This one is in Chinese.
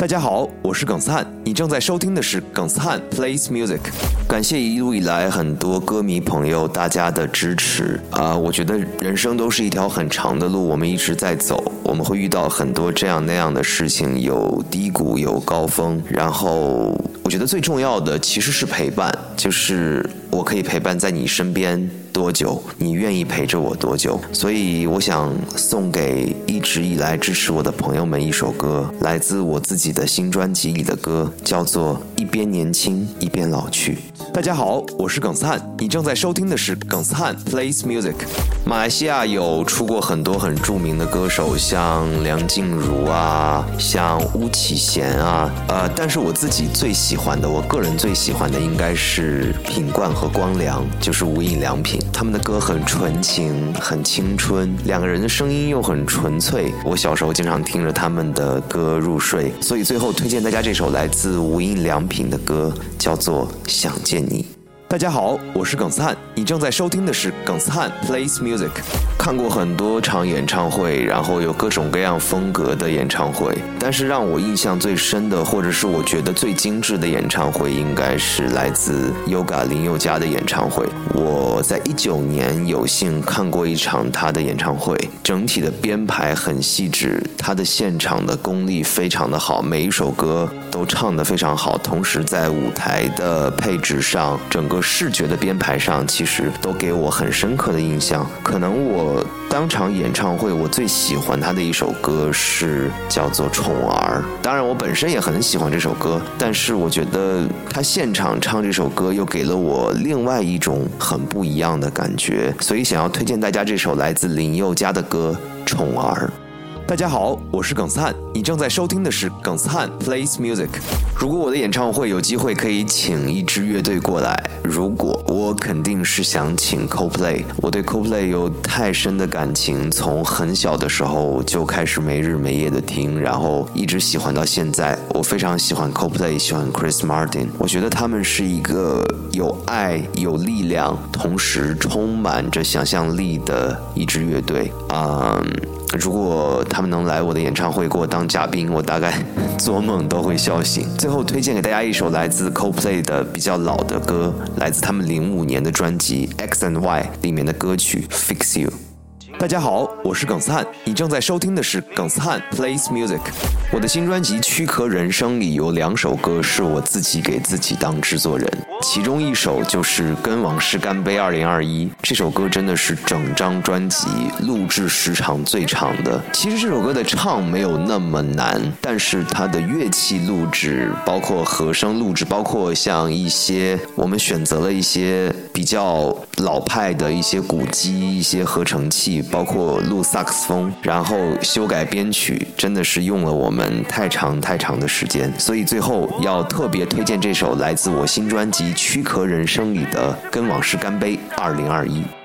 大家好，我是耿斯汉，你正在收听的是耿斯汉 Plays Music。感谢一路以来很多歌迷朋友大家的支持我觉得人生都是一条很长的路，我们一直在走，我们会遇到很多这样那样的事情，有低谷有高峰，然后我觉得最重要的其实是陪伴，就是我可以陪伴在你身边多久，你愿意陪着我多久。所以我想送给一直以来支持我的朋友们一首歌，来自我自己的新专辑里的歌，叫做一边年轻一边老去。大家好，我是耿斯汉，你正在收听的是耿斯汉 Plays Music。 马来西亚有出过很多很著名的歌手，像梁静茹像巫启贤但是我自己最喜欢的，我个人最喜欢的应该是品冠和光良，就是无印良品。他们的歌很纯情很青春，两个人的声音又很纯粹，我小时候经常听着他们的歌入睡，所以最后推荐大家这首来自无印良品的歌，叫做想见你。大家好，我是耿斯汉，你正在收听的是耿斯汉 Plays Music。 看过很多场演唱会，然后有各种各样风格的演唱会，但是让我印象最深的，或者是我觉得最精致的演唱会，应该是来自 Yoga 林宥嘉的演唱会。我在19年有幸看过一场他的演唱会，整体的编排很细致，他的现场的功力非常的好，每一首歌都唱得非常好，同时在舞台的配置上，整个视觉的编排上，其实都给我很深刻的印象。可能我当场演唱会我最喜欢他的一首歌是叫做《宠儿》，当然我本身也很喜欢这首歌，但是我觉得他现场唱这首歌又给了我另外一种很不一样的感觉，所以想要推荐大家这首来自林宥嘉的歌《宠儿》。大家好，我是耿斯汉，你正在收听的是耿斯汉 Plays Music。 如果我的演唱会有机会可以请一支乐队过来，如果我肯定是想请 Coldplay。 我对 Coldplay 有太深的感情，从很小的时候就开始没日没夜的听，然后一直喜欢到现在。我非常喜欢 Coldplay， 喜欢 Chris Martin， 我觉得他们是一个有爱有力量，同时充满着想象力的一支乐队如果他们能来我的演唱会给我当嘉宾，我大概做梦都会笑醒。最后推荐给大家一首来自 Coldplay 的比较老的歌，来自他们05年的专辑 X and Y 里面的歌曲 Fix You。大家好，我是耿斯汉，你正在收听的是耿斯汉 Plays Music。 我的新专辑《躯壳人生》里有2首歌是我自己给自己当制作人，其中一首就是《跟往事干杯2021》。这首歌真的是整张专辑录制时长最长的。其实这首歌的唱没有那么难，但是它的乐器录制，包括和声录制，包括像一些我们选择了一些比较老派的一些鼓机，一些合成器，包括录萨克斯风，然后修改编曲，真的是用了我们太长的时间。所以最后要特别推荐这首来自我新专辑《躯壳人生》里的《跟往事干杯2021》。